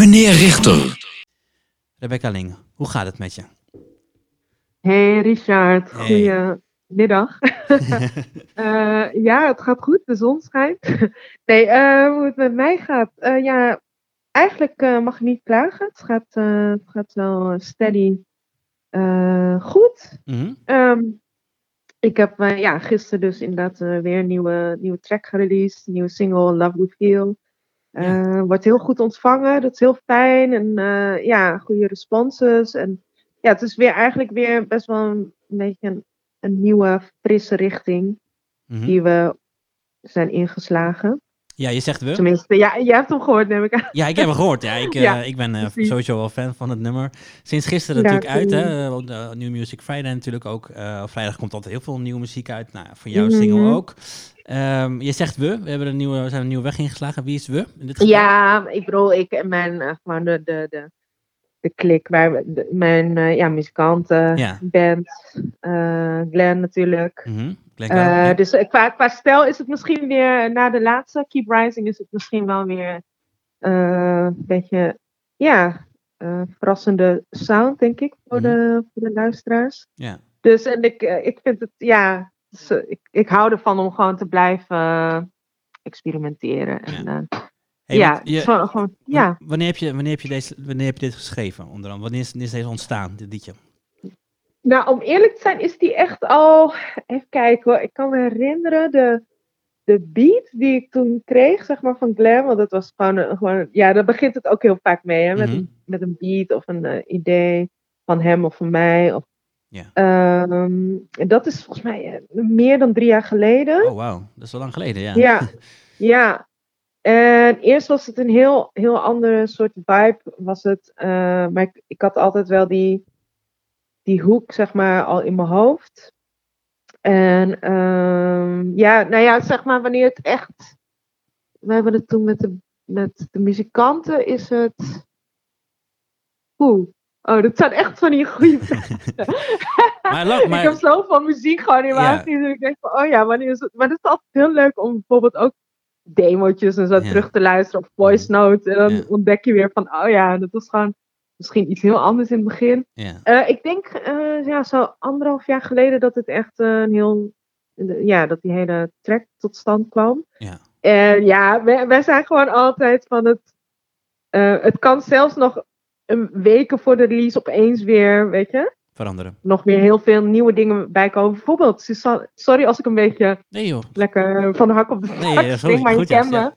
Meneer Richter. Rebecca Ling, hoe gaat het met je? Hey Richard, Hey. goedemiddag. Ja, het gaat goed, de zon schijnt. Nee, hoe het met mij gaat? Ja, eigenlijk mag ik niet klagen. Het gaat wel steady goed. Mhm. Ik heb gisteren dus inderdaad weer een nieuwe track gereleased. Een nieuwe single, Love We Feel. Wordt heel goed ontvangen, dat is heel fijn. En goede responses. En ja, het is eigenlijk weer best wel een beetje een nieuwe, frisse richting Mhm. die we zijn ingeslagen. Ja, je zegt we. Tenminste, ja, jij hebt hem gehoord, neem ik aan. Ja, ik heb hem gehoord. Ja, ik ben precies. sowieso wel fan van het nummer. Sinds gisteren Ja, natuurlijk uit, cool. hè? Ook de New Music Friday natuurlijk ook. Op vrijdag komt altijd heel veel nieuwe muziek uit. Nou, van jouw Mhm. single ook. Je zegt we hebben we zijn een nieuwe weg ingeslagen. Wie is we in dit geval? Ja, ik bedoel, ik en mijn, gewoon de klik, mijn muzikanten, Ja. band, Glenn natuurlijk. Mhm. Klinkt wel, ja. Dus qua stijl is het misschien weer, na de laatste, Keep Rising, is het misschien wel weer een beetje, verrassende sound, denk ik, voor de luisteraars. Ja. Dus, en ik vind het, dus, ik hou ervan om gewoon te blijven experimenteren. En, Hey, want het is gewoon, ja. Wanneer heb je dit geschreven? Onder andere? Wanneer is deze ontstaan, dit liedje? Nou, om eerlijk te zijn is die echt al... Even kijken hoor. Ik kan me herinneren de beat die ik toen kreeg, zeg maar, van Glam. Want dat was gewoon... Ja, daar begint het ook heel vaak mee, hè. Met een beat of een idee van hem of van mij. Ja. En dat is volgens mij meer dan 3 jaar geleden. Oh, wauw. Dat is wel lang geleden, ja. Ja. En eerst was het een heel andere soort vibe, was het. Maar ik had altijd wel die hoek, zeg maar, al in mijn hoofd. En zeg maar, wanneer het echt... We hebben het toen met de muzikanten, is het... dat zijn echt van die goede vragen. Maar Ik heb zoveel muziek gewoon in mijn hoofd. Dus ik denk van, wanneer is het... Maar het is altijd heel leuk om bijvoorbeeld ook demotjes en zo terug te luisteren op voice notes. En dan ontdek je weer van, dat was gewoon misschien iets heel anders in het begin. Ja. Ik denk, zo 1,5 jaar geleden dat het echt dat die hele track tot stand kwam. Ja. En wij zijn gewoon altijd van het kan zelfs nog een weken voor de release opeens weer, weet je, veranderen. nog weer heel veel nieuwe dingen bijkomen. Bijvoorbeeld, sorry als ik een beetje lekker van de hak op de tak spring, maar je kent me.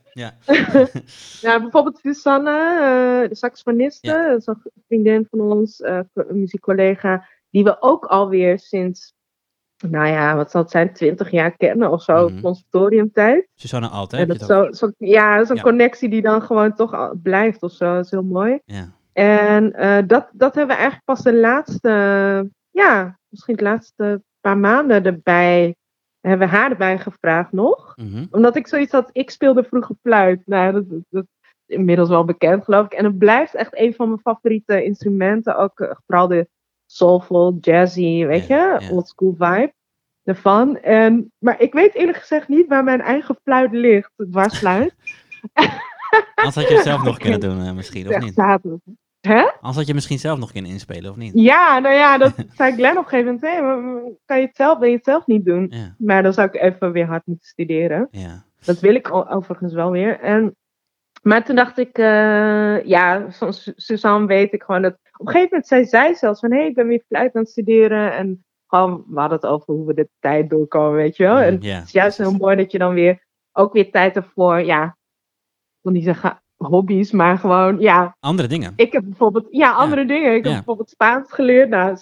Ja. Bijvoorbeeld Susanne, de saxofoniste, dat is een vriendin van ons, een muziekcollega, die we ook alweer sinds, wat zal het zijn, 20 jaar kennen of zo, conservatoriumtijd. Susanne altijd. En dat is een connectie die dan gewoon toch blijft of zo, dat is heel mooi. Ja. En dat hebben we eigenlijk pas misschien de laatste paar maanden hebben we haar erbij gevraagd nog. Omdat ik zoiets had, ik speelde vroeger fluit. Nou, dat is inmiddels wel bekend, geloof ik. En het blijft echt een van mijn favoriete instrumenten. Ook vooral de soulful, jazzy, weet je, old school vibe ervan. Maar ik weet eerlijk gezegd niet waar mijn eigen fluit ligt, het dwarsfluit. Anders had je het zelf nog kunnen doen, misschien, of niet? Hè? Anders had je misschien zelf nog kunnen inspelen, of niet? Ja, dat zei Glenn op een gegeven moment. Ben je het zelf niet doen? Ja. Maar dan zou ik even weer hard moeten studeren. Ja. Dat wil ik overigens wel weer. Maar toen dacht ik, van Suzanne weet ik gewoon dat... Op een gegeven moment zei zij zelfs van, ik ben weer fluit aan het studeren. En gewoon, we hadden het over hoe we de tijd doorkomen, weet je wel. En het is juist heel mooi dat je dan ook weer tijd hebt voor, ik wil niet zeggen hobby's, maar gewoon, andere dingen. Ik heb bijvoorbeeld, andere dingen. Ik heb bijvoorbeeld Spaans geleerd. Nou,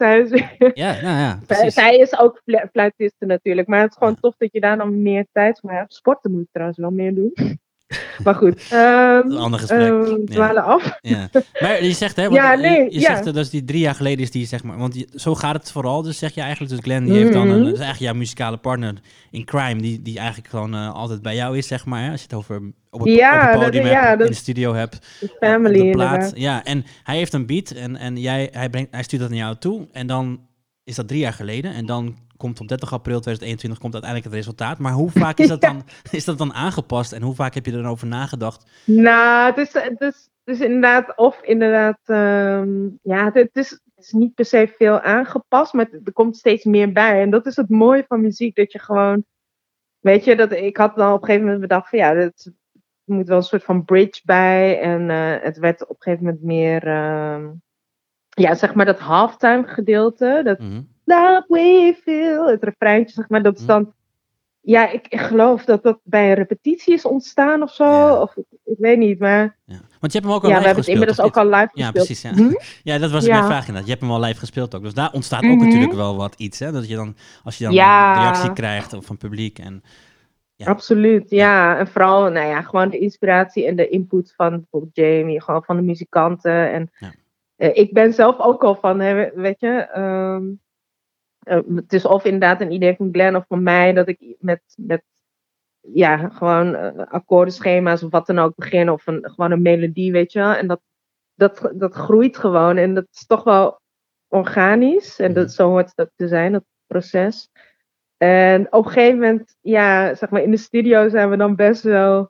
zij is ook fluitiste natuurlijk. Maar het is gewoon tof dat je daar dan meer tijd voor hebt. Sporten moet ik trouwens wel meer doen. Maar goed. Een ander gesprek. Dwalen af. Ja. Maar je zegt, hè? Je zegt dat die 3 jaar geleden is die, zeg maar... Want zo gaat het vooral, dus zeg je eigenlijk. Dus Glenn, die heeft dan is eigenlijk jouw muzikale partner in crime... die eigenlijk gewoon altijd bij jou is, zeg maar. Hè? Als je het over op het podium hebt, in de studio hebt. De family, de plaat. inderdaad. Ja, en hij heeft een beat en hij stuurt dat naar jou toe. En dan is dat 3 jaar geleden. En dan komt op 30 april 2021 komt uiteindelijk het resultaat. Maar hoe vaak is dat dan, is dat dan aangepast en hoe vaak heb je erover nagedacht? Nou, het is inderdaad, het is niet per se veel aangepast, maar er komt steeds meer bij. En dat is het mooie van muziek, dat je gewoon, weet je, ik had dan op een gegeven moment bedacht van er moet wel een soort van bridge bij. En het werd op een gegeven moment meer, zeg maar dat halftime gedeelte, dat Love We Feel, het refreintje, zeg maar, dat is dan, ik geloof dat bij een repetitie is ontstaan of zo, of ik weet niet, maar... Ja. Want je hebt hem ook al live gespeeld. Ja, we hebben het inmiddels ook al live gespeeld. Ja, precies, ja. Ja, dat was mijn vraag inderdaad. Je hebt hem al live gespeeld ook, dus daar ontstaat ook natuurlijk wel wat iets, hè, dat je dan, als je dan een reactie krijgt van het publiek en... Ja. Absoluut, ja. En vooral, gewoon de inspiratie en de input van bijvoorbeeld Jamie, gewoon van de muzikanten. En ik ben zelf ook al van, weet je, het is of inderdaad een idee van Glenn of van mij, dat ik met gewoon akkoordenschema's of wat dan ook begin, of gewoon een melodie, weet je wel. En dat groeit gewoon en dat is toch wel organisch. En zo hoort het ook te zijn, dat proces. En op een gegeven moment, zeg maar in de studio zijn we dan best wel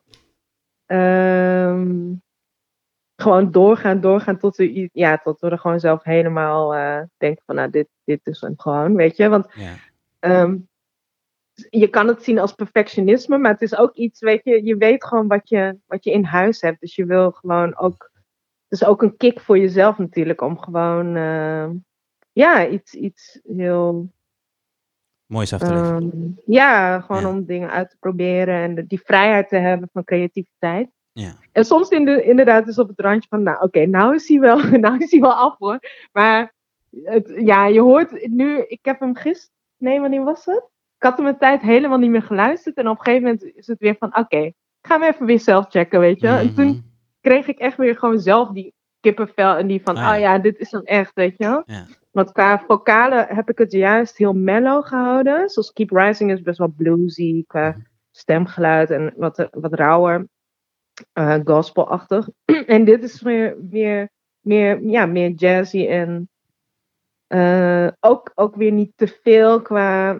gewoon doorgaan tot we er gewoon zelf helemaal denken van, dit is hem gewoon, weet je. Want je kan het zien als perfectionisme, maar het is ook iets, weet je weet gewoon wat je in huis hebt. Dus je wil gewoon ook, het is ook een kick voor jezelf natuurlijk, om gewoon, iets heel... Moois af te leveren. Gewoon om dingen uit te proberen en die vrijheid te hebben van creativiteit. Ja. En soms inderdaad is op het randje van, nou is hij wel af hoor. Maar je hoort nu, ik heb hem wanneer was het? Ik had hem een tijd helemaal niet meer geluisterd en op een gegeven moment is het weer van, ik ga hem even weer zelf checken, weet je. En toen kreeg ik echt weer gewoon zelf die kippenvel en die van, dit is dan echt, weet je wel. Ja. Want qua vocalen heb ik het juist heel mellow gehouden. Zoals Keep Rising is best wel bluesy qua stemgeluid en wat rauwer, gospelachtig. En dit is meer jazzy en ook weer niet te veel qua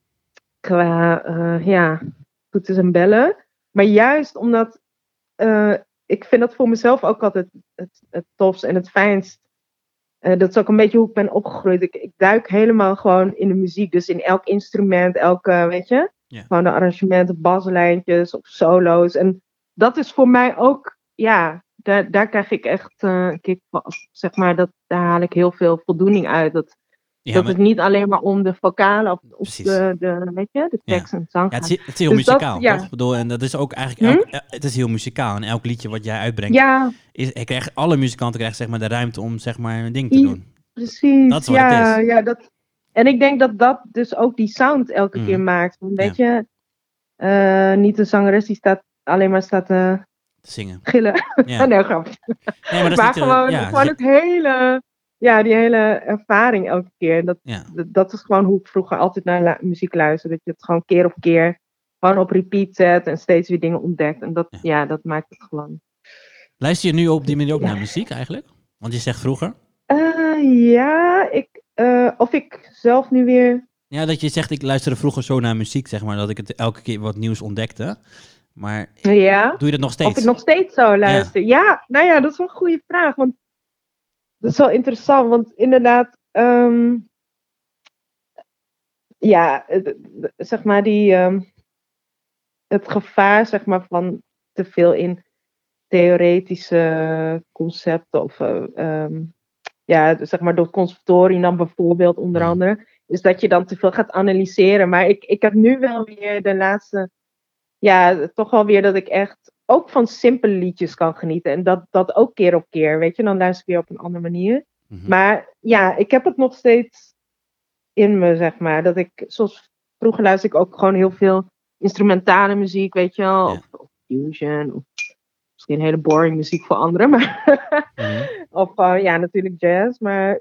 toetsen en bellen. Maar juist omdat ik vind dat voor mezelf ook altijd het tofst en het fijnst. Dat is ook een beetje hoe ik ben opgegroeid. Ik duik helemaal gewoon in de muziek. Dus in elk instrument, weet je. Yeah. Gewoon de arrangementen, baslijntjes of solo's. En dat is voor mij ook, daar krijg ik echt kick van. Zeg maar, daar haal ik heel veel voldoening uit. Dat het niet alleen maar om de vocalen of de weet je, de tekst en zang gaat. Het is heel muzikaal, toch? Ik bedoel, en dat is ook eigenlijk het is heel muzikaal. En elk liedje wat jij uitbrengt, alle muzikanten krijgen zeg maar de ruimte om zeg maar een ding te doen. Precies, dat is wat het is. Ja, en ik denk dat dus ook die sound elke keer maakt. Want weet je, niet een zangeres die alleen maar staat te zingen. Gillen. Ja. Nee, grap. Nee, maar maar gewoon het hele... Ja, die hele ervaring elke keer. Dat is gewoon hoe ik vroeger altijd naar muziek luisterde. Dat je het gewoon keer op keer gewoon op repeat zet en steeds weer dingen ontdekt. En dat maakt het gewoon. Luister je nu op die manier ook naar muziek eigenlijk? Want je zegt vroeger. Of ik zelf nu weer... Ja, dat je zegt ik luisterde vroeger zo naar muziek, zeg maar. Dat ik het elke keer wat nieuws ontdekte. Maar doe je dat nog steeds? Of ik nog steeds zo luister? Ja, dat is wel een goede vraag. Want dat is wel interessant, want inderdaad, zeg maar het gevaar zeg maar van te veel in theoretische concepten of zeg maar door het conservatorium dan bijvoorbeeld onder andere, is dat je dan te veel gaat analyseren. Maar ik heb nu wel weer de laatste, toch wel weer dat ik echt ook van simpele liedjes kan genieten. En dat ook keer op keer, weet je. Dan luister ik weer op een andere manier. Mm-hmm. Maar ik heb het nog steeds in me, zeg maar. Dat ik, zoals vroeger luisterde ik ook gewoon heel veel instrumentale muziek, weet je wel. Of fusion, of misschien hele boring muziek voor anderen. Maar of natuurlijk jazz. Maar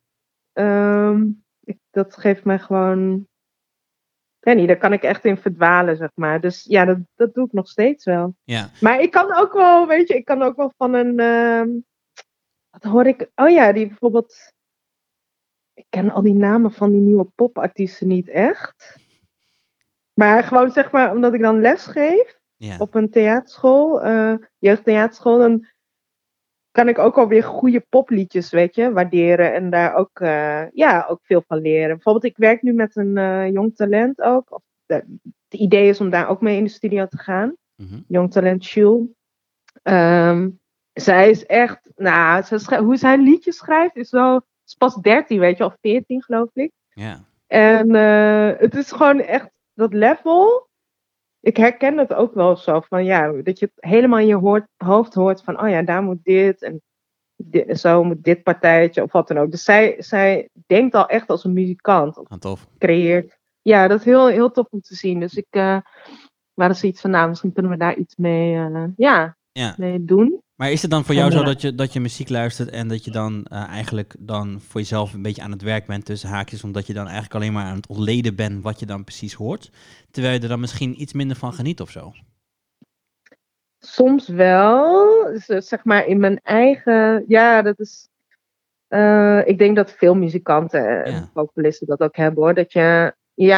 dat geeft mij gewoon... Ik weet niet, daar kan ik echt in verdwalen, zeg maar. Dus dat doe ik nog steeds wel. Ja. Maar ik kan ook wel, weet je, van een... wat hoor ik? Oh ja, die bijvoorbeeld... ik ken al die namen van die nieuwe popartiesten niet echt. Maar gewoon zeg maar, omdat ik dan les geef op een theaterschool, jeugdtheaterschool, dan kan ik ook alweer goede popliedjes, weet je, waarderen en daar ook, ook veel van leren. Bijvoorbeeld, ik werk nu met een jong talent ook. Het idee is om daar ook mee in de studio te gaan. Mm-hmm. Jong talent Jules. Zij is echt, hoe zij liedjes schrijft is pas 13, weet je, of 14 geloof ik. Ja. En het is gewoon echt dat level. Ik herken het ook wel zo van, dat je het helemaal in je hoofd hoort van, oh ja, daar moet dit en zo moet dit partijtje of wat dan ook. Dus zij denkt al echt als een muzikant. Tof. Creëert. Ja, dat is heel, heel tof om te zien. Dus ik waren zoiets van, misschien kunnen we daar iets mee, mee doen. Maar is het dan voor jou zo dat je muziek luistert en dat je dan eigenlijk dan voor jezelf een beetje aan het werk bent tussen haakjes, omdat je dan eigenlijk alleen maar aan het ontleden bent wat je dan precies hoort, terwijl je er dan misschien iets minder van geniet of zo? Soms wel, dus, zeg maar in mijn eigen, dat is, ik denk dat veel muzikanten en vocalisten dat ook hebben hoor, dat je,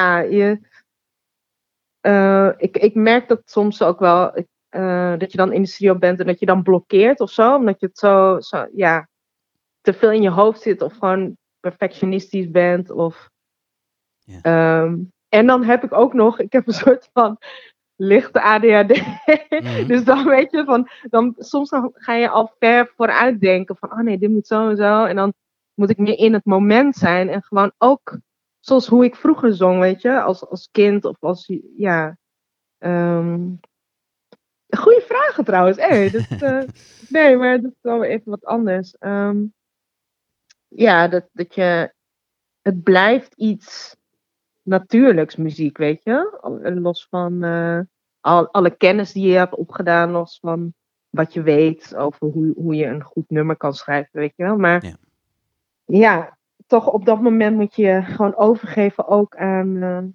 ik merk dat soms ook wel, dat je dan in de studio bent en dat je dan blokkeert of zo. Omdat je het zo te veel in je hoofd zit of gewoon perfectionistisch bent. En dan heb ik ook nog, ik heb een soort van lichte ADHD. Mm-hmm. Dus dan weet je, soms dan ga je al ver vooruit denken van, oh nee, dit moet zo en zo. En dan moet ik meer in het moment zijn. En gewoon ook, zoals hoe ik vroeger zong, weet je, als kind of als, goeie vragen trouwens. Nee, maar dat is wel even wat anders. Dat je... Het blijft iets natuurlijks muziek, weet je. Los van alle kennis die je hebt opgedaan. Los van wat je weet over hoe je een goed nummer kan schrijven, weet je wel. Maar toch op dat moment moet je gewoon overgeven ook aan...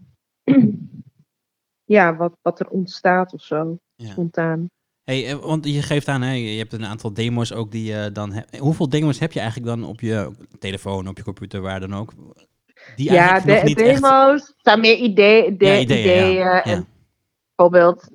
wat er ontstaat of zo. Spontaan. Hey, want je geeft aan, je hebt een aantal demo's ook die je dan hebt. Hoeveel demo's heb je eigenlijk dan op je telefoon, op je computer, waar dan ook? Die nog niet demo's echt... zijn meer ideeën. En bijvoorbeeld,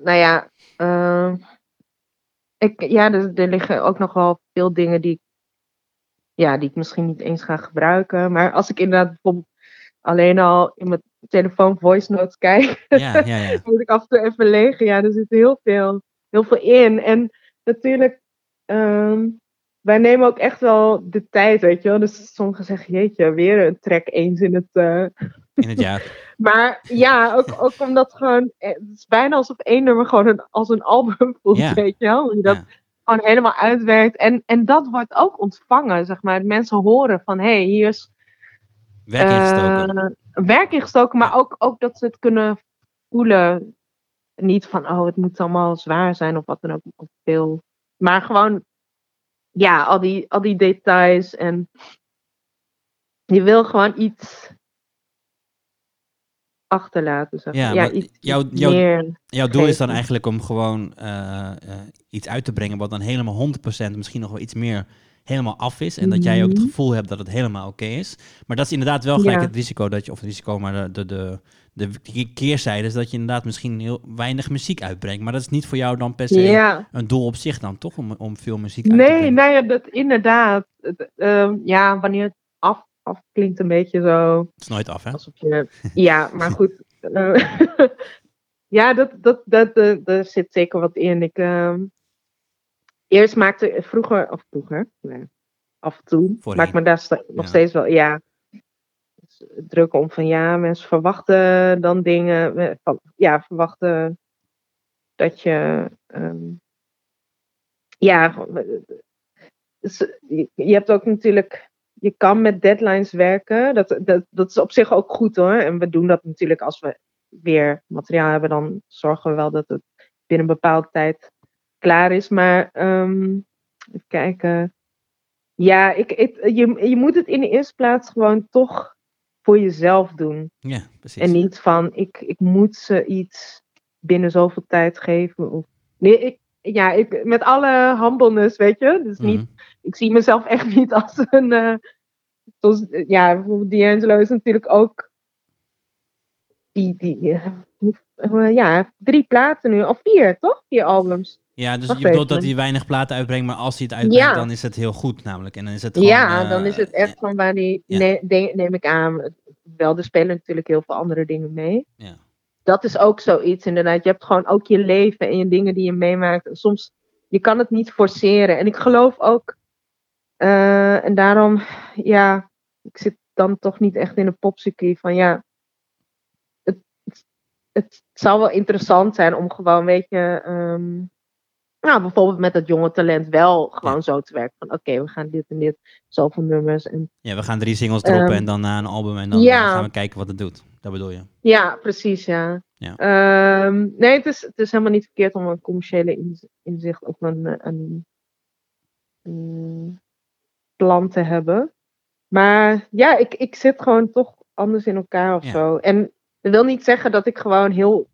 er liggen ook nog wel veel dingen die ik misschien niet eens ga gebruiken. Maar als ik inderdaad bijvoorbeeld alleen al in mijn telefoon voice notes kijk, moet ik af en toe even legen. Ja, er zit heel veel in. En natuurlijk, wij nemen ook echt wel de tijd, weet je wel. Dus sommigen zeggen, jeetje, weer een track eens in het jaar. Maar ook omdat gewoon, het is bijna alsof één nummer gewoon als een album voelt, weet je wel. Je dat gewoon helemaal uitwerkt. En dat wordt ook ontvangen, zeg maar. Mensen horen van, hier is werk ingestoken, maar ook dat ze het kunnen voelen. Niet van, het moet allemaal zwaar zijn of wat dan ook, of veel. Maar gewoon, al die details. En je wil gewoon iets achterlaten. Zeg. Jouw doel is dan eigenlijk om gewoon iets uit te brengen wat dan helemaal 100%, misschien nog wel iets meer helemaal af is. En dat jij ook het gevoel hebt dat het helemaal oké is. Maar dat is inderdaad wel gelijk het risico dat je, of het risico, maar de keerzijde is dat je inderdaad misschien heel weinig muziek uitbrengt. Maar dat is niet voor jou dan per se een doel op zich dan, toch? Om veel muziek uit te brengen. Nee, dat inderdaad. Wanneer het af klinkt een beetje zo. Het is nooit af, hè? Alsof je, maar goed. Daar zit zeker wat in. Eerst maakte vroeger, af en toe, maak me daar nog steeds wel, druk om van, mensen verwachten dan dingen, verwachten dat je, je hebt ook natuurlijk, je kan met deadlines werken, dat is op zich ook goed hoor, en we doen dat natuurlijk als we weer materiaal hebben, dan zorgen we wel dat het binnen een bepaalde tijd klaar is, maar even kijken. Je moet het in de eerste plaats gewoon toch voor jezelf doen. Ja, precies. En niet van, ik moet ze iets binnen zoveel tijd geven. Of, nee, met alle humbleness, weet je. Dus niet, ik zie mezelf echt niet als een bijvoorbeeld D'Angelo is natuurlijk ook ja, 3 platen nu, of 4, toch? 4 albums. Ja, dus je bedoelt dat hij weinig platen uitbrengt, maar als hij het uitbrengt, dan is het heel goed namelijk. En dan is het gewoon... dan is het echt van waar hij, neem ik aan, wel, er spelen natuurlijk heel veel andere dingen mee. Ja. Dat is ook zoiets inderdaad. Je hebt gewoon ook je leven en je dingen die je meemaakt. En soms, je kan het niet forceren. En ik geloof ook, en daarom, ja, ik zit dan toch niet echt in een popcircuit van ja, het zou wel interessant zijn om gewoon, weet je, nou, bijvoorbeeld met dat jonge talent wel gewoon zo te werken. Van oké, we gaan dit en dit, zoveel nummers. En, ja, we gaan 3 singles droppen en dan na een album en dan gaan we kijken wat het doet. Dat bedoel je? Ja, precies, ja. Nee, het is helemaal niet verkeerd om een commerciële inzicht op een plan te hebben. Maar ja, ik zit gewoon toch anders in elkaar of zo. En dat wil niet zeggen dat ik gewoon heel...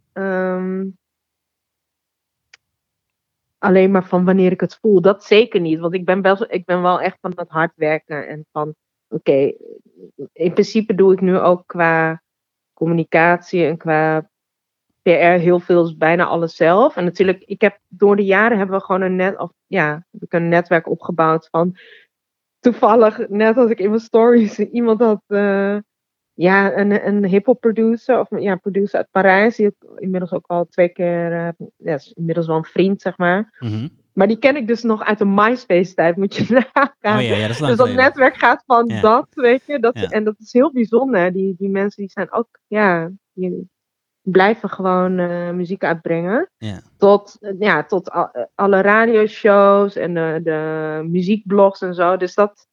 alleen maar van wanneer ik het voel. Dat zeker niet. Want ik ben wel echt van dat hard werken. En van, oké, in principe doe ik nu ook qua communicatie en qua PR heel veel, bijna alles zelf. En natuurlijk, door de jaren hebben we gewoon heb ik een netwerk opgebouwd van... Toevallig, net als ik in mijn stories, iemand had... een hip-hop producer, producer uit Parijs, die ik inmiddels ook al 2 keer, is inmiddels wel een vriend, zeg maar. Mm-hmm. Maar die ken ik dus nog uit de MySpace-tijd, moet je nagaan. Oh, ja, dat is lang dus dat geleden. netwerk gaat van dat, weet je. En dat is heel bijzonder. Die mensen die zijn ook, die blijven gewoon muziek uitbrengen. Tot alle radioshows en de muziekblogs en zo. Dus dat...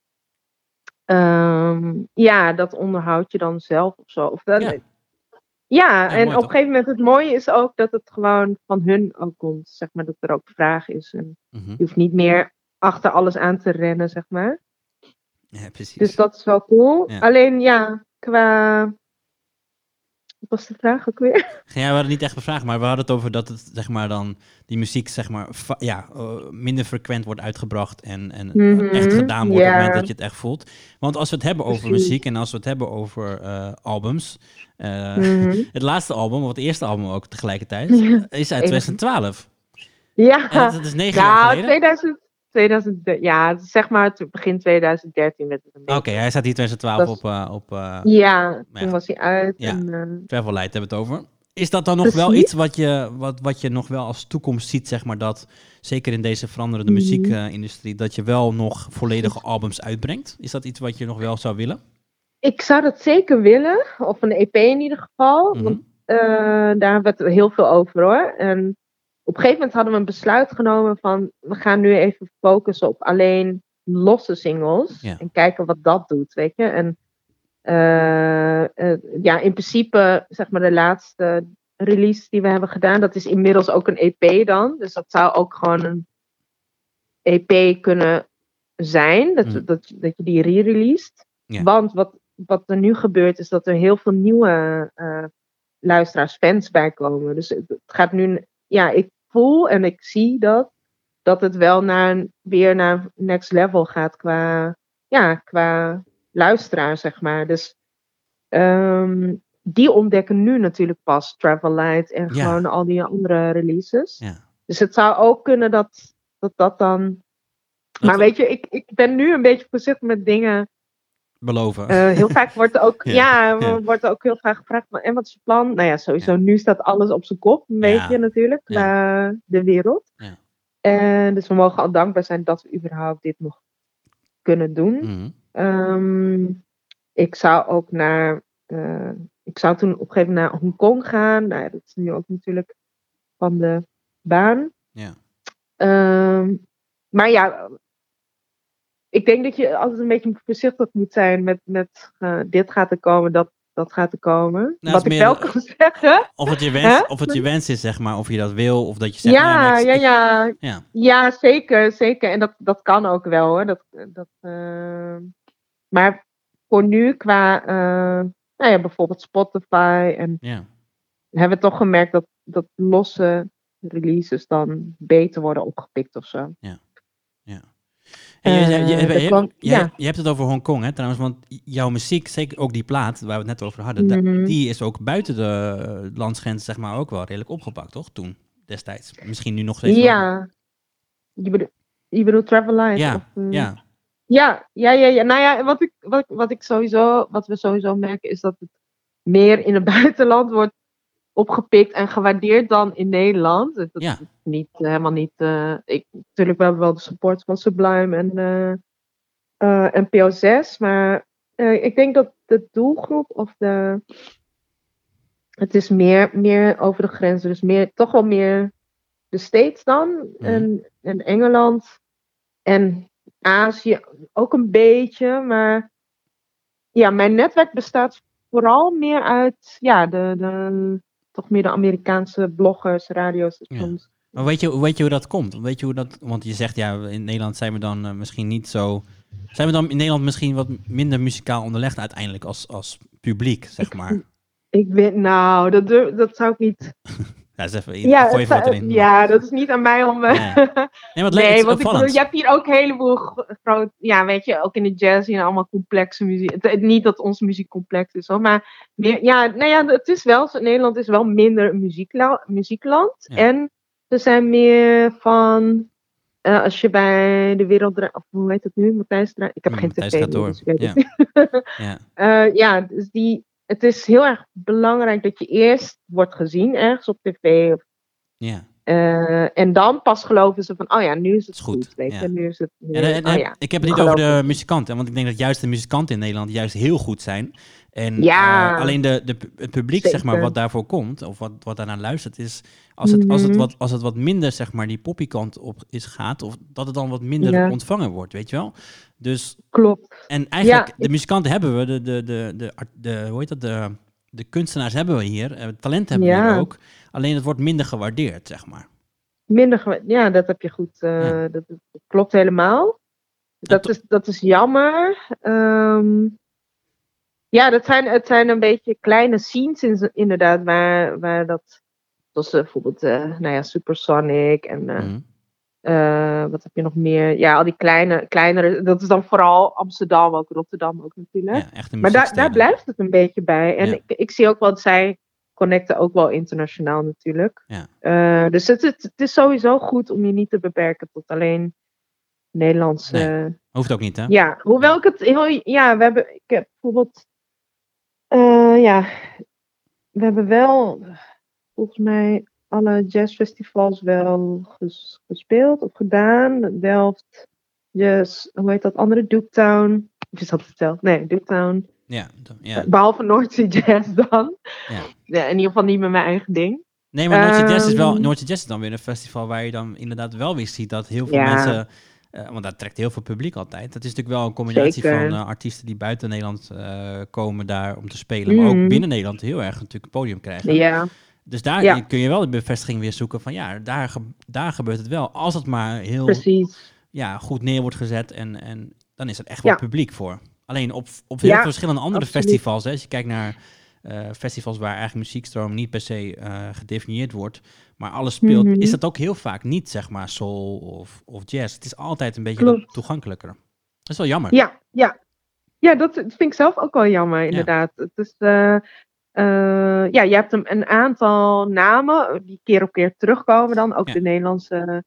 dat onderhoud je dan zelf of zo. En op een gegeven moment het mooie is ook dat het gewoon van hun ook komt. Zeg maar, dat er ook vraag is. En je hoeft niet meer achter alles aan te rennen, zeg maar. Ja, precies. Dus dat is wel cool. Ja. Alleen qua... Wat was de vraag ook weer? Ja, we hadden niet echt gevraagd, maar we hadden het over dat het, zeg maar, dan die muziek, zeg maar, minder frequent wordt uitgebracht en echt gedaan wordt op het moment dat je het echt voelt. Want als we het hebben over muziek en als we het hebben over albums, het laatste album, of het eerste album ook tegelijkertijd, is uit 2012. Ja. En dat is 9 jaar geleden. 2000, zeg maar begin 2013 werd het een beetje. Oké, hij staat hier 2012 op toen was hij uit. Ja, Travel Light hebben we het over. Is dat dan nog wel iets wat je nog wel als toekomst ziet, zeg maar, dat zeker in deze veranderende muziekindustrie, dat je wel nog volledige albums uitbrengt? Is dat iets wat je nog wel zou willen? Ik zou dat zeker willen, of een EP in ieder geval. Want daar hebben we het heel veel over, hoor. En op een gegeven moment hadden we een besluit genomen van... we gaan nu even focussen op alleen losse singles. En kijken wat dat doet, weet je. En in principe, zeg maar, de laatste release die we hebben gedaan... dat is inmiddels ook een EP dan. Dus dat zou ook gewoon een EP kunnen zijn. Dat je die re-released. Ja. Want wat er nu gebeurt is dat er heel veel nieuwe luisteraars, fans bij komen. Dus het gaat nu... Ja, ik voel en ik zie dat het wel weer naar next level gaat qua luisteraar, zeg maar. Dus die ontdekken nu natuurlijk pas Travel Light en gewoon al die andere releases. Ja. Dus het zou ook kunnen dat dan... Maar weet je, ik ben nu een beetje voorzichtig met dingen... beloven. Heel vaak wordt er ook, wordt er ook heel vaak gevraagd, en wat is je plan? Nou ja, sowieso, nu staat alles op zijn kop, een beetje natuurlijk, qua de wereld. Ja. En dus we mogen al dankbaar zijn dat we überhaupt dit nog kunnen doen. Ik zou ook ik zou toen op een gegeven moment naar Hongkong gaan. Nou ja, dat is nu ook natuurlijk van de baan. Ja. Maar ja... Ik denk dat je altijd een beetje voorzichtig moet zijn met dit gaat er komen, dat gaat er komen. Nou, wat ik wel kan zeggen. Of het je wens is, zeg maar, of je dat wil, of dat je zegt... Ja, zeker. En dat kan ook wel, hoor. Maar voor nu, qua bijvoorbeeld Spotify, en hebben we toch gemerkt dat losse releases dan beter worden opgepikt of zo. Ja. Je hebt het over Hongkong, hè, trouwens, want jouw muziek, zeker ook die plaat waar we het net over hadden, die is ook buiten de landsgrens, zeg maar, ook wel redelijk opgepakt, toch? Toen, destijds. Misschien nu nog steeds. Ja. Je bedoelt Travel Light? Ja, ja. Ja. Nou ja, wat we sowieso merken is dat het meer in het buitenland wordt opgepikt en gewaardeerd dan in Nederland. Dat is helemaal niet. Natuurlijk hebben we wel de support van Sublime en PO6, maar ik denk dat de doelgroep het is meer over de grenzen, dus toch wel meer de States dan en Engeland en Azië ook een beetje, maar ja, mijn netwerk bestaat vooral meer uit toch meer de Amerikaanse bloggers, radiostations. Ja. Maar weet je hoe dat komt? Want je zegt in Nederland zijn we dan misschien niet zo. Zijn we dan in Nederland misschien wat minder muzikaal onderlegd uiteindelijk als publiek, zeg maar? Ik weet, dat zou ik niet. Ja, gooi even wat erin. Ja, dat is niet aan mij om. Nee, want ik bedoel, je hebt hier ook een heleboel groot. Ja, weet je, ook in de jazz hier allemaal complexe muziek. Niet dat onze muziek complex is hoor, maar het is wel. Nederland is wel minder een muziekland. Ja. En er zijn meer van. Als je bij de Wereld, of hoe heet het nu, Matthijs? Ik heb geen tv. Dus ik weet het. Dus het is heel erg belangrijk dat je eerst wordt gezien ergens op tv. En dan pas geloven ze van, nu is het goed. Weet je, nu is het. Ik heb het niet over de muzikanten, want ik denk dat juist de muzikanten in Nederland juist heel goed zijn. En alleen het publiek, zeker, zeg maar, wat daarvoor komt, of wat daarnaar luistert, is als het wat minder, zeg maar, die poppykant op gaat, of dat het dan wat minder ontvangen wordt, weet je wel? Dus, klopt. En eigenlijk, de muzikanten hebben we, hoe heet dat, de kunstenaars hebben we hier, het talent hebben we hier ook, alleen het wordt minder gewaardeerd, zeg maar. Dat heb je goed, dat klopt helemaal. Dat is jammer. Het zijn een beetje kleine scenes inderdaad, waar dat, zoals bijvoorbeeld, Supersonic en wat heb je nog meer? Ja, al die kleinere, dat is dan vooral Amsterdam, ook Rotterdam ook natuurlijk. Ja, echt maar daar blijft het een beetje bij. En ik zie ook wel dat zij connecten ook wel internationaal natuurlijk. Ja. Dus het is sowieso goed om je niet te beperken tot alleen Nederlands. Hoeft ook niet, hè? Ja, hoewel ik het ik heb bijvoorbeeld we hebben wel volgens mij alle jazzfestivals wel gespeeld of gedaan. Delft, hoe heet dat andere? Duketown. Ik had het verteld. Nee, Duketown. Ja. Behalve Noordzee Jazz dan. Ja, in ieder geval niet met mijn eigen ding. Nee, maar Noordzee Jazz is dan weer een festival waar je dan inderdaad wel weer ziet dat heel veel mensen. Want daar trekt heel veel publiek altijd. Dat is natuurlijk wel een combinatie van artiesten die buiten Nederland komen daar om te spelen. Maar ook binnen Nederland heel erg natuurlijk een podium krijgen. Ja. Dus daar kun je wel de bevestiging weer zoeken van daar gebeurt het wel. Als het maar heel goed neer wordt gezet en dan is er echt wel publiek voor. Alleen op heel veel verschillende andere festivals. Hè, als je kijkt naar festivals waar eigenlijk muziekstroom niet per se gedefinieerd wordt, maar alles speelt, is dat ook heel vaak niet, zeg maar, soul of jazz. Het is altijd een beetje toegankelijker. Dat is wel jammer. Ja, dat vind ik zelf ook wel jammer, inderdaad. Het is, je hebt een aantal namen die keer op keer terugkomen dan, ook de Nederlandse.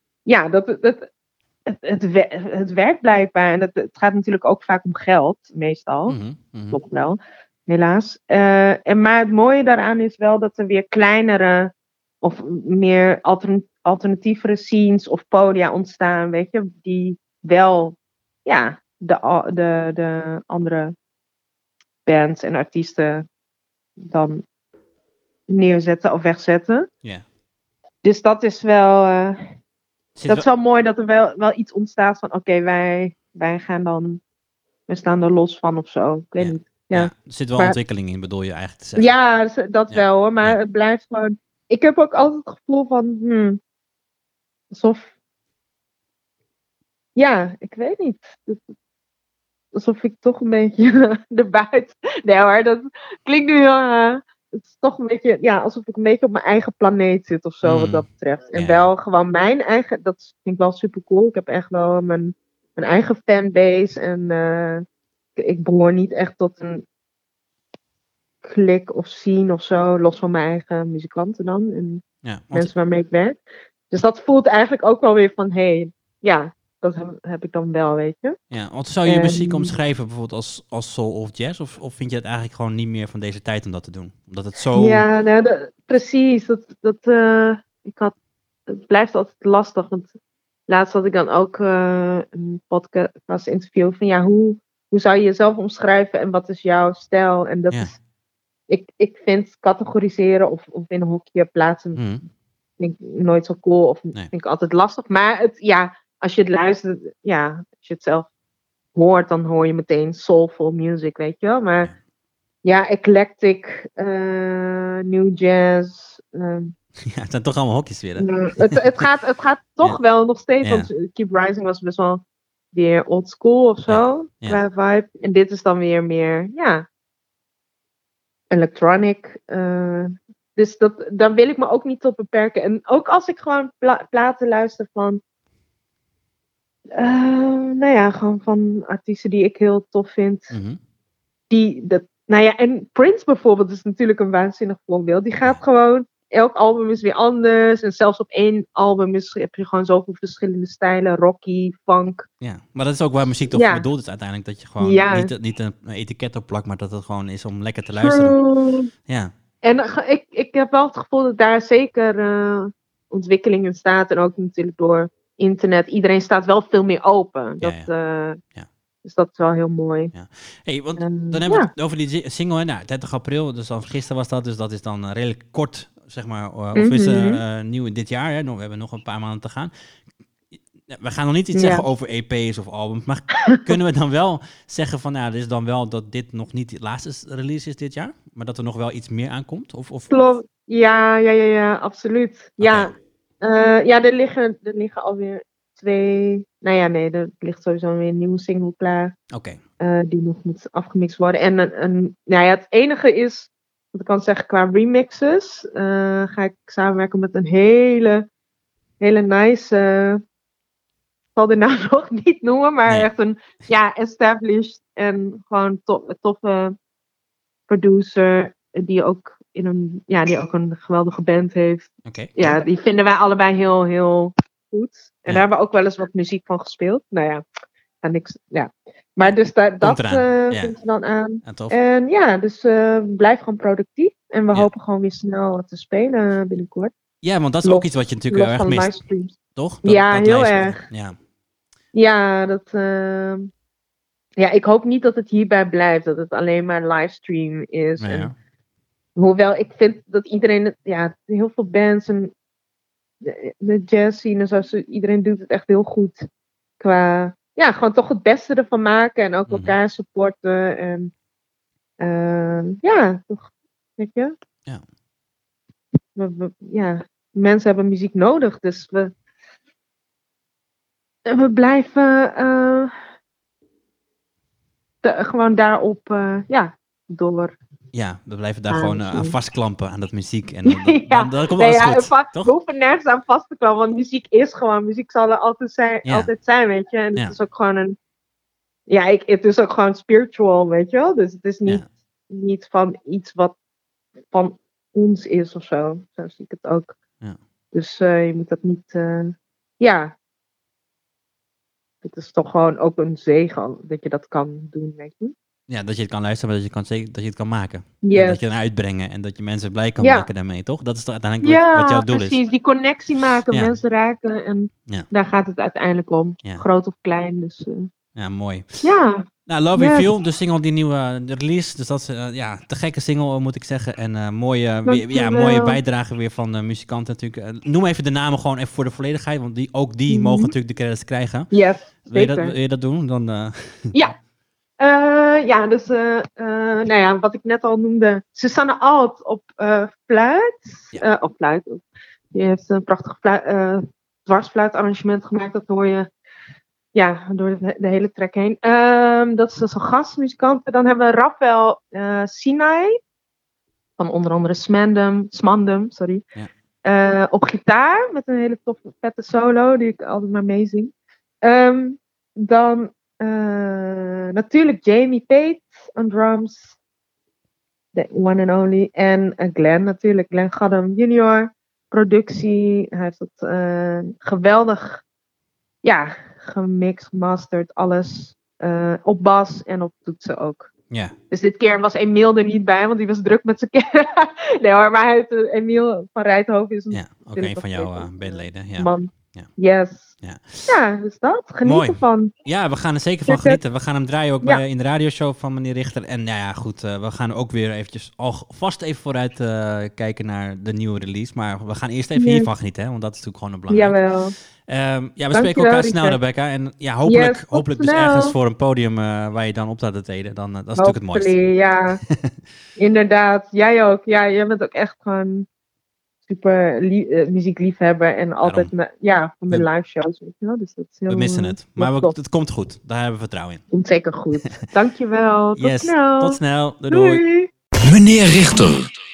Het werkt blijkbaar. En het gaat natuurlijk ook vaak om geld, meestal. Klopt wel, helaas. Maar het mooie daaraan is wel dat er weer kleinere of meer alternatievere scenes of podia ontstaan, weet je, die wel de andere bands en artiesten dan neerzetten of wegzetten. Dus dat is wel is wel mooi dat er wel iets ontstaat van oké, wij gaan dan, we staan er los van of zo. Ik weet niet. Er zit wel ontwikkeling in, bedoel je eigenlijk te zeggen. Ja, dat wel hoor, maar het blijft gewoon. Ik heb ook altijd het gevoel van alsof. Ja, ik weet niet. Alsof ik toch een beetje erbuiten. Nee hoor, dat klinkt nu heel. Het is toch een beetje, alsof ik een beetje op mijn eigen planeet zit of zo, wat dat betreft. En wel gewoon mijn eigen, dat vind ik wel super cool. Ik heb echt wel mijn eigen fanbase. En ik behoor niet echt tot een klik of scene of zo. Los van mijn eigen muzikanten dan. En mensen waarmee ik werk. Dus dat voelt eigenlijk ook wel weer van... dat heb ik dan wel, weet je. Ja, want zou je muziek omschrijven bijvoorbeeld als soul of jazz? Of vind je het eigenlijk gewoon niet meer van deze tijd om dat te doen? Omdat het zo... Ja, precies. Het blijft altijd lastig. Want laatst had ik dan ook een podcast interview van... hoe zou je jezelf omschrijven en wat is jouw stijl? En dat is... Ik vind categoriseren of in een hokje plaatsen... vind ik nooit zo cool. Of vind ik altijd lastig. Maar als je het luistert... als je het zelf hoort... dan hoor je meteen soulful music, weet je wel. Maar... eclectic, new jazz. Het zijn toch allemaal hokjes weer. Het gaat toch wel nog steeds. Want Keep Rising was best wel weer old school of zo. Qua vibe. En dit is dan weer meer, electronic. Dus daar wil ik me ook niet tot beperken. En ook als ik gewoon platen luister van... gewoon van artiesten die ik heel tof vind. En Prince bijvoorbeeld is natuurlijk een waanzinnig voorbeeld. Die gaat gewoon, elk album is weer anders. En zelfs op één album heb je gewoon zoveel verschillende stijlen. Rocky, funk. Ja, maar dat is ook waar muziek toch voor bedoeld is uiteindelijk. Dat je gewoon niet een etiket op plakt, maar dat het gewoon is om lekker te luisteren. Ja. En ik heb wel het gevoel dat daar zeker ontwikkeling in staat. En ook natuurlijk door internet. Iedereen staat wel veel meer open. Dus dat is wel heel mooi. Ja. Hey, want dan hebben we het over die single. 30 april, dus al gisteren was dat. Dus dat is dan redelijk kort, zeg maar. Of is nieuw in dit jaar. Hè? We hebben nog een paar maanden te gaan. We gaan nog niet iets zeggen over EP's of albums. Maar kunnen we dan wel zeggen van... dus dan wel dat dit nog niet de laatste release is dit jaar? Maar dat er nog wel iets meer aankomt? Of... Klopt. Ja, absoluut. Okay. Er liggen alweer 2... er ligt sowieso weer een nieuwe single klaar. Oké. Die nog moet afgemixt worden. En het enige is, wat ik kan zeggen, qua remixes, ga ik samenwerken met een hele nice, ik zal de naam nog niet noemen, maar echt een, established en gewoon toffe producer, die ook die ook een geweldige band heeft. Okay. Ja, die vinden wij allebei heel, heel goed. En daar hebben we ook wel eens wat muziek van gespeeld. Niks. Ja. Maar dus dat vindt ze dan aan. En dus blijf gewoon productief. En we hopen gewoon weer snel te spelen binnenkort. Ja, want dat is ook iets wat je natuurlijk heel erg mist. Livestreams. Toch? Dat heel erg. Ja, ik hoop niet dat het hierbij blijft. Dat het alleen maar livestream is. En, hoewel ik vind dat iedereen... heel veel bands en de jazz scene, zoals iedereen doet het echt heel goed. Qua, gewoon toch het beste ervan maken en ook elkaar supporten. En toch, weet je? Ja. Mensen hebben muziek nodig, dus we blijven gewoon daarop, door. Ja, we blijven daar gewoon aan vastklampen aan dat muziek. En dan komt alles goed, toch? We hoeven nergens aan vast te klampen, want muziek is gewoon... Muziek zal er altijd zijn, weet je. En het is ook gewoon het is ook gewoon spiritual, weet je wel. Dus het is niet van iets wat van ons is of zo. Zo zie ik het ook. Ja. Dus je moet dat niet... het is toch gewoon ook een zegen dat je dat kan doen, weet je. Ja, dat je het kan luisteren, maar dat je het kan maken. Yes. Dat je het uitbrengen en dat je mensen blij kan maken daarmee, toch? Dat is toch uiteindelijk wat jouw doel is? Ja, precies. Die connectie maken, mensen raken. En daar gaat het uiteindelijk om. Groot of klein, dus... Ja, mooi. Ja. Nou, Love You Feel, de single, die nieuwe release. Dus dat is te gekke single, moet ik zeggen. En mooie bijdrage weer van muzikanten natuurlijk. Noem even de namen gewoon even voor de volledigheid. Want die mogen natuurlijk de credits krijgen. Yes, wil je dat doen? Dan, dus wat ik net al noemde. Susanne Alt op fluit. Op fluit. Die heeft een prachtig dwarsfluitarrangement gemaakt. Dat hoor je door de hele track heen. Dat is dus een gastmuzikant. Dan hebben we Rafael Sinai. Van onder andere Smandum, sorry. Ja. Op gitaar. Met een hele toffe, vette solo. Die ik altijd maar meezing. dan natuurlijk Jamie Pate aan drums. The one and only. En Glenn natuurlijk. Glenn Gaddam Jr. Productie. Hij heeft het geweldig gemixt, gemasterd. Alles. Op bas en op toetsen ook. Ja. Dus dit keer was Emiel er niet bij, want die was druk met zijn kinderen. Nee hoor, maar hij heeft, Emiel van Rijthoven is ook een van jouw bandleden. Ja. Man. Ja. Yes. Ja, dus dat. Geniet ervan. Ja, we gaan er zeker van genieten. We gaan hem draaien ook in de radioshow van meneer Richter. En goed, we gaan ook weer eventjes alvast even vooruit kijken naar de nieuwe release. Maar we gaan eerst even hiervan genieten, hè, want dat is natuurlijk gewoon een belangrijk. Jawel. We spreken elkaar snel, Rebecca. En hopelijk dus ergens voor een podium waar je dan op staat te treden. Dat is natuurlijk het mooiste. Ja, inderdaad. Jij ook. Ja, jij bent ook echt gewoon super muziekliefhebber en altijd van de live shows. Weet je wel? Dus dat is heel, we missen het, maar het komt goed. Daar hebben we vertrouwen in. Komt zeker goed. Dankjewel. Tot snel. Tot snel. Doei. Meneer Richter.